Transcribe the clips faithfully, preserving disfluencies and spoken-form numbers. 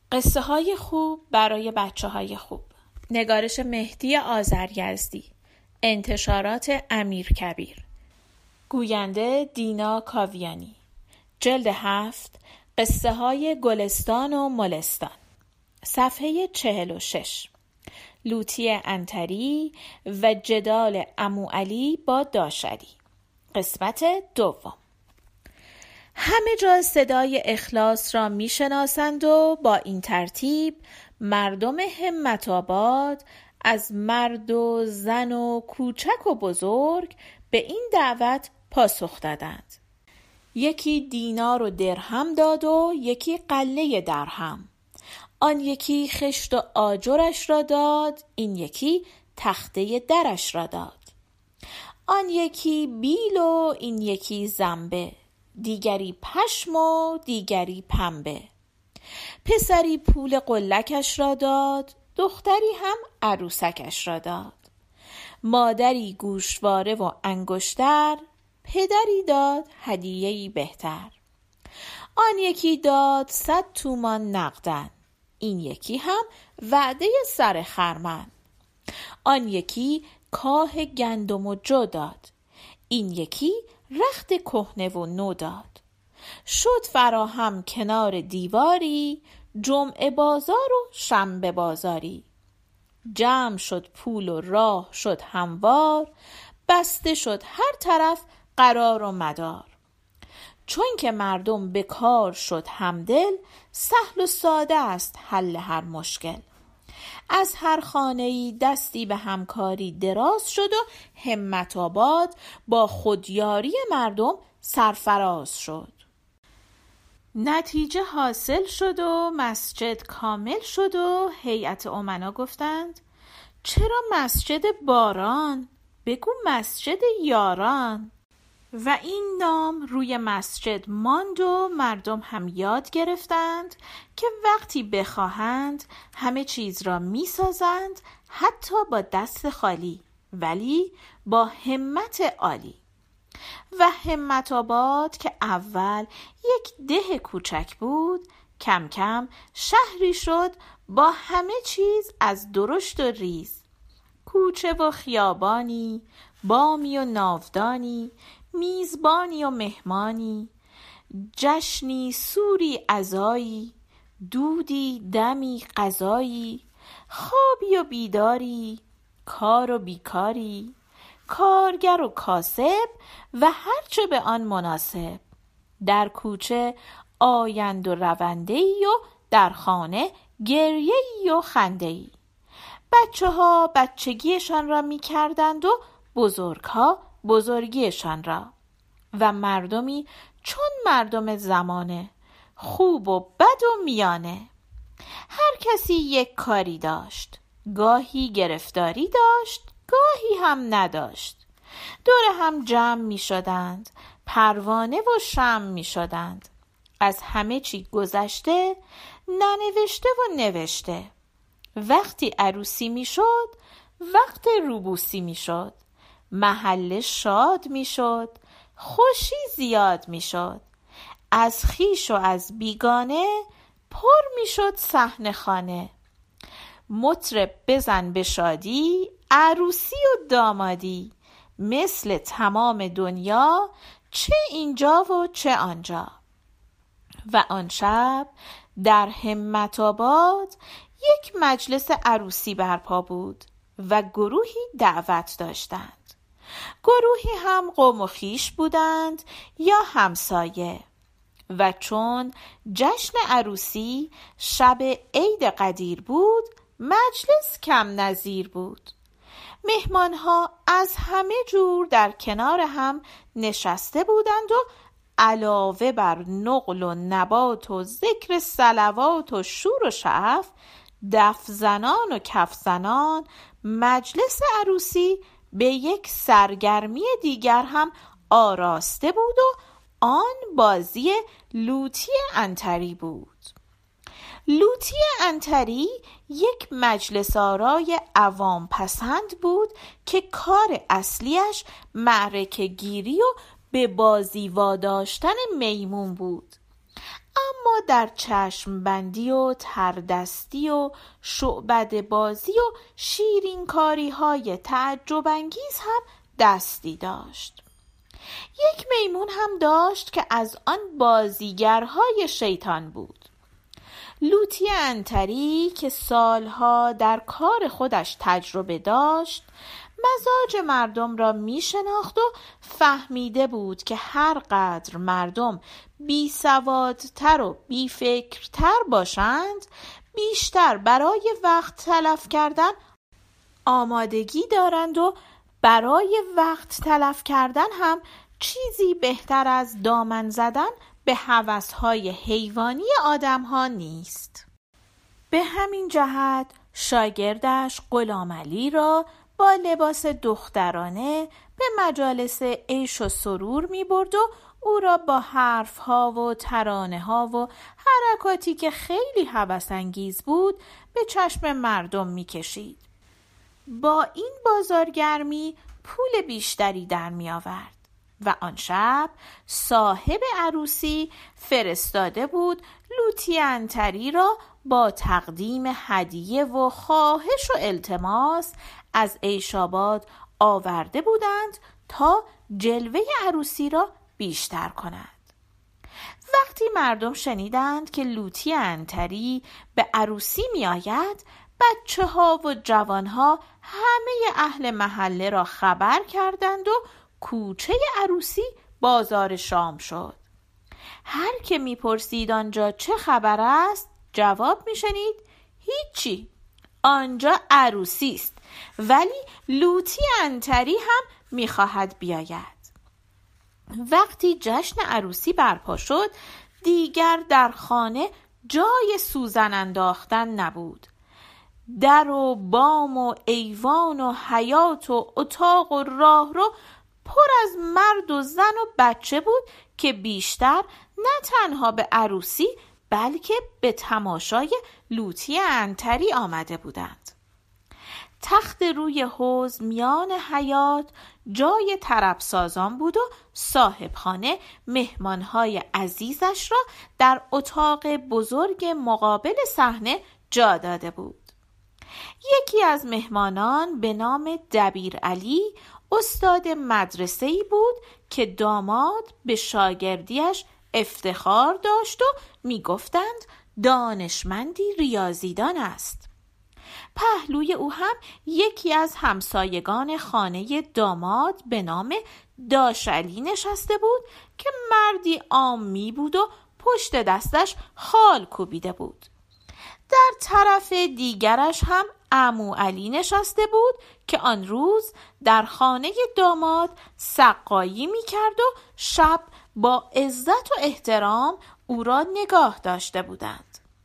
قصه های خوب برای بچه های خوب. نگارش مهدی آذریزدی. انتشارات امیرکبیر. گوینده دینا کاویانی. جلد هفت. قصه های گلستان و ملستان. صفحه چهل و شش. لوطی عنتری و جدال عمو علی با داشلی. قسمت دوم. همه جا صدای اخلاص را می شناسند و با این ترتیب مردم همت آباد از مرد و زن و کوچک و بزرگ به این دعوت پاسخ دادند. یکی دینار و درهم داد و یکی قله درهم. آن یکی خشت و آجرش را داد، این یکی تخته درش را داد. آن یکی بیل و این یکی زنبه، دیگری پشم و دیگری پنبه. پسری پول قلکش را داد، دختری هم عروسکش را داد. مادری گوشواره و انگشتر، پدری داد هدیه‌ای بهتر. آن یکی داد صد تومان نقدن، این یکی هم وعده سر خرمن. آن یکی کاه گندم و جو داد، این یکی رخت کهنه و نو داد. شد فراهم کنار دیواری، جمعه بازار و شنبه بازاری. جمع شد پول و راه شد هموار، بسته شد هر طرف قرار و مدار. چون که مردم به کار شد همدل، سهل و ساده است حل هر مشکل. از هر خانه‌ای دستی به همکاری دراز شد و همت آباد با خودیاری مردم سرفراز شد. نتیجه حاصل شد و مسجد کامل شد و هیئت امنا گفتند چرا مسجد باران؟ بگو مسجد یاران. و این نام روی مسجد ماند و مردم هم یاد گرفتند که وقتی بخواهند همه چیز را می سازند، حتی با دست خالی، ولی با همت عالی. و همت آباد که اول یک ده کوچک بود، کم کم شهری شد با همه چیز از درشت و ریز. کوچه و خیابانی، بامی و ناودانی، میزبانی و مهمانی، جشنی سوری عزایی، دودی دمی غذایی، خوابی و بیداری، کار و بیکاری، کارگر و کاسب و هرچه به آن مناسب. در کوچه آیند و رونده‌ای و در خانه گریه‌ای و خنده‌ای. بچه ها بچگیشان را می کردند و بزرگ ها بزرگیشان را. و مردمی چون مردم زمانه، خوب و بد و میانه. هر کسی یک کاری داشت، گاهی گرفتاری داشت، گاهی هم نداشت. دور هم جمع می شدند، پروانه و شمع می شدند. از همه چی گذشته، ننوشته و نوشته. وقتی عروسی می شد، وقت روبوسی می شد. محله شاد می شد، خوشی زیاد می شد. از خویش و از بیگانه پر می شد صحن خانه. مطرب بزن به شادی، عروسی و دامادی. مثل تمام دنیا، چه اینجا و چه آنجا. و آن شب در همت آباد یک مجلس عروسی برپا بود و گروهی دعوت داشتند. گروهی هم قوم و خویش بودند یا همسایه. و چون جشن عروسی شب عید قدیر بود، مجلس کم نظیر بود. مهمانها از همه جور در کنار هم نشسته بودند و علاوه بر نقل و نبات و ذکر صلوات و شور و شعف، دف زنان و کف زنان، مجلس عروسی به یک سرگرمی دیگر هم آراسته بود و آن بازی لوطی عنتری بود. لوطی عنتری یک مجلس آرای عوام پسند بود که کار اصلیش معرکه گیری و به بازی واداشتن میمون بود. اما در چشم بندی و تردستی و شعبده بازی و شیرین کاری های تعجب انگیز هم دستی داشت. یک میمون هم داشت که از آن بازیگرهای شیطان بود. لوطی عنتری که سالها در کار خودش تجربه داشت، مزاج مردم را می شناخت و فهمیده بود که هر قدر مردم بی سوادتر و بی فکرتر باشند، بیشتر برای وقت تلف کردن آمادگی دارند و برای وقت تلف کردن هم چیزی بهتر از دامن زدن به هوس‌های حیوانی آدم‌ها نیست. به همین جهت شاگردش غلامعلی را با لباس دخترانه به مجالس عیش و سرور می برد و او را با حرفها و ترانه ها و حرکاتی که خیلی هوس‌انگیز بود به چشم مردم می کشید. با این بازارگرمی پول بیشتری در می آورد و آن شب صاحب عروسی فرستاده بود لوطی عنتری را با تقدیم هدیه و خواهش و التماس از عیش‌آباد آورده بودند تا جلوه عروسی را بیشتر کند. وقتی مردم شنیدند که لوطی عنتری به عروسی می آید، بچه ها و جوان ها همه اهل محله را خبر کردند و کوچه عروسی بازار شام شد. هر که می پرسید آنجا چه خبر است، جواب می شنید هیچی، آنجا عروسی است، ولی لوطی عنتری هم می خواهد بیاید. وقتی جشن عروسی برپا شد، دیگر در خانه جای سوزن انداختن نبود. در و بام و ایوان و حیاط و اتاق و راهرو پر از مرد و زن و بچه بود که بیشتر نه تنها به عروسی بلکه به تماشای لوطی عنتری آمده بودند. تخت روی حوض میان حیاط جای طرب سازان بود و صاحب خانه مهمانهای عزیزش را در اتاق بزرگ مقابل صحنه جا داده بود. یکی از مهمانان به نام دبیرعلی استاد مدرسه‌ای بود که داماد به شاگردیش افتخار داشت و می گفتند دانشمندی ریاضیدان است. پهلوی او هم یکی از همسایگان خانه داماد به نام داشعلی نشسته بود که مردی عامی بود و پشت دستش خال کوبیده بود. در طرف دیگرش هم عمو علی نشسته بود که آن روز در خانه داماد سقایی می کرد و شب با عزت و احترام او را نگاه داشته بودند.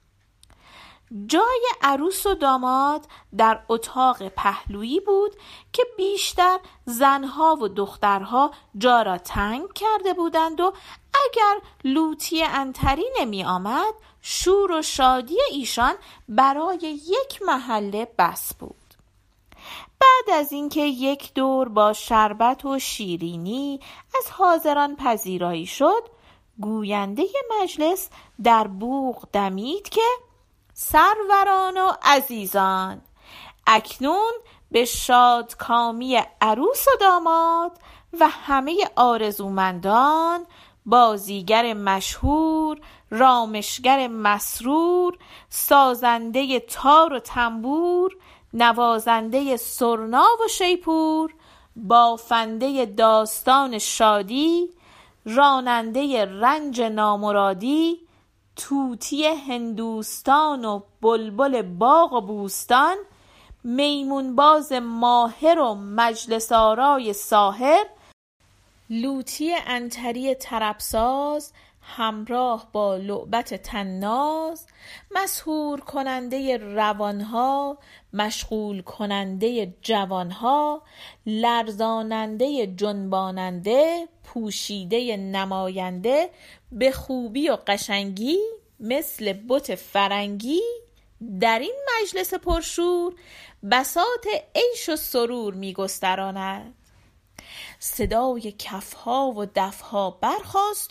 جای عروس و داماد در اتاق پهلویی بود که بیشتر زنها و دخترها جا را تنگ کرده بودند و اگر لوطی عنتری نمی آمد، شور و شادی ایشان برای یک محله بس بود. بعد از اینکه یک دور با شربت و شیرینی از حاضران پذیرایی شد، گوینده مجلس در بوق دمید که سروران و عزیزان، اکنون به شادکامی عروس و داماد و همه آرزومندان، بازیگر مشهور، رامشگر مسرور، سازنده تار و تنبور، نوازنده سرنا و شیپور، بافنده داستان شادی، راننده رنج نامرادی، طوطی هندوستان و بلبل باغ و بوستان، میمون باز ماهر و مجلس آرای ساحر، لوطی عنتری طربساز همراه با لعبت طناز، مسحور کننده روانها، مشغول کننده جوانها، لرزاننده جنباننده، پوشیده نماینده، به خوبی و قشنگی مثل بت فرنگی، در این مجلس پرشور بساط عیش و سرور می گستراند. صدای کفها و دفها برخاست و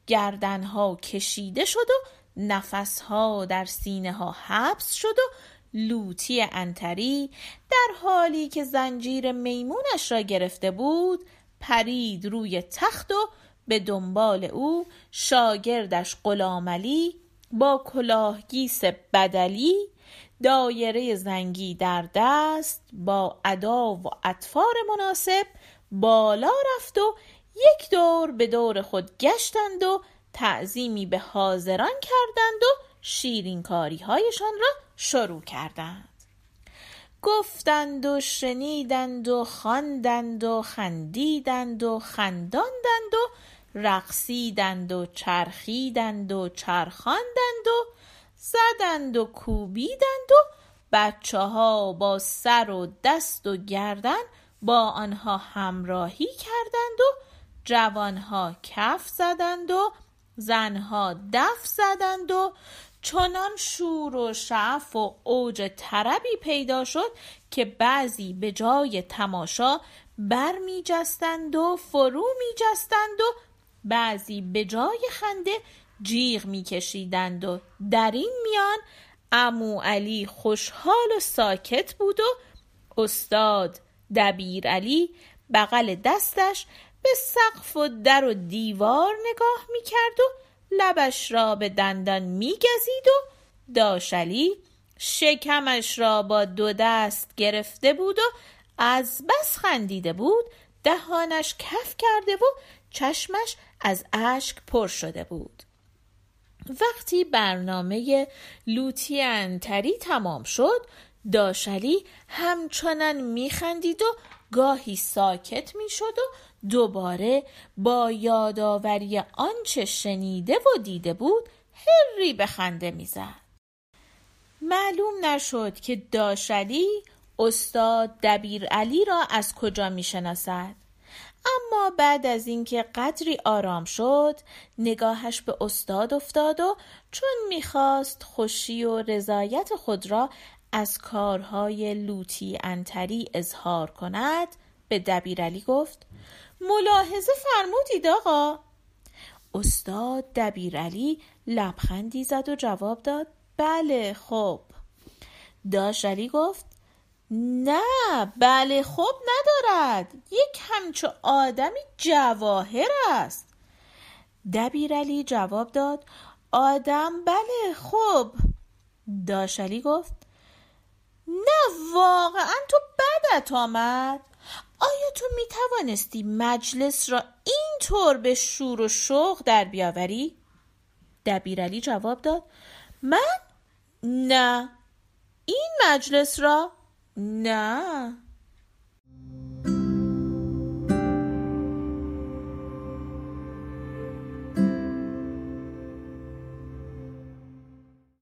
گردنها کشیده شد و نفسها در سینه ها حبس شد و لوطی عنتری در حالی که زنجیر میمونش را گرفته بود پرید روی تخت و به دنبال او شاگردش غلامعلی با کلاهگیس بدلی دایره زنگی در دست با ادا و اطوار مناسب بالا رفت و یک دور به دور خود گشتند و تعظیمی به حاضران کردند و شیرینکاری هایشان را شروع کردند. گفتند و شنیدند و خواندند و خندیدند و خنداندند و رقصیدند و چرخیدند و چرخاندند و زدند و کوبیدند و بچه ها با سر و دست و گردن با آنها همراهی کردند و جوانها کف زدند و زنها دف زدند و چنان شور و شعف و اوج طربی پیدا شد که بعضی به جای تماشا بر می جستند و فرو می جستند و بعضی به جای خنده جیغ می کشیدند و در این میان عمو علی خوشحال و ساکت بود و استاد دبیر علی بغل دستش به سقف و در و دیوار نگاه می کرد و لبش را به دندان می گزید و داشلی شکمش را با دو دست گرفته بود و از بس خندیده بود دهانش کف کرده و چشمش از اشک پر شده بود. وقتی برنامه لوطی عنتری تمام شد داشلی همچنان می خندید و گاهی ساکت می شد و دوباره با یادآوری آنچه شنیده و دیده بود هری به خنده می زد. معلوم نشد که داشلی استاد دبیر علی را از کجا می شناسد، اما بعد از اینکه قدری آرام شد نگاهش به استاد افتاد و چون می خواست خوشی و رضایت خود را از کارهای لوطی عنتری اظهار کند به دبیرعلی گفت ملاحظه فرمودید آقا؟ استاد دبیرعلی لبخندی زد و جواب داد بله خب. داشلی گفت نه بله خب ندارد، یک همچو آدمی جواهر است. دبیرعلی جواب داد آدم بله خب. داشلی گفت نه واقعا تو بدت آمد، آیا تو می توانستی مجلس را اینطور به شور و شوق در بیاوری؟ دبیرعلی جواب داد من؟ نه. این مجلس را؟ نه.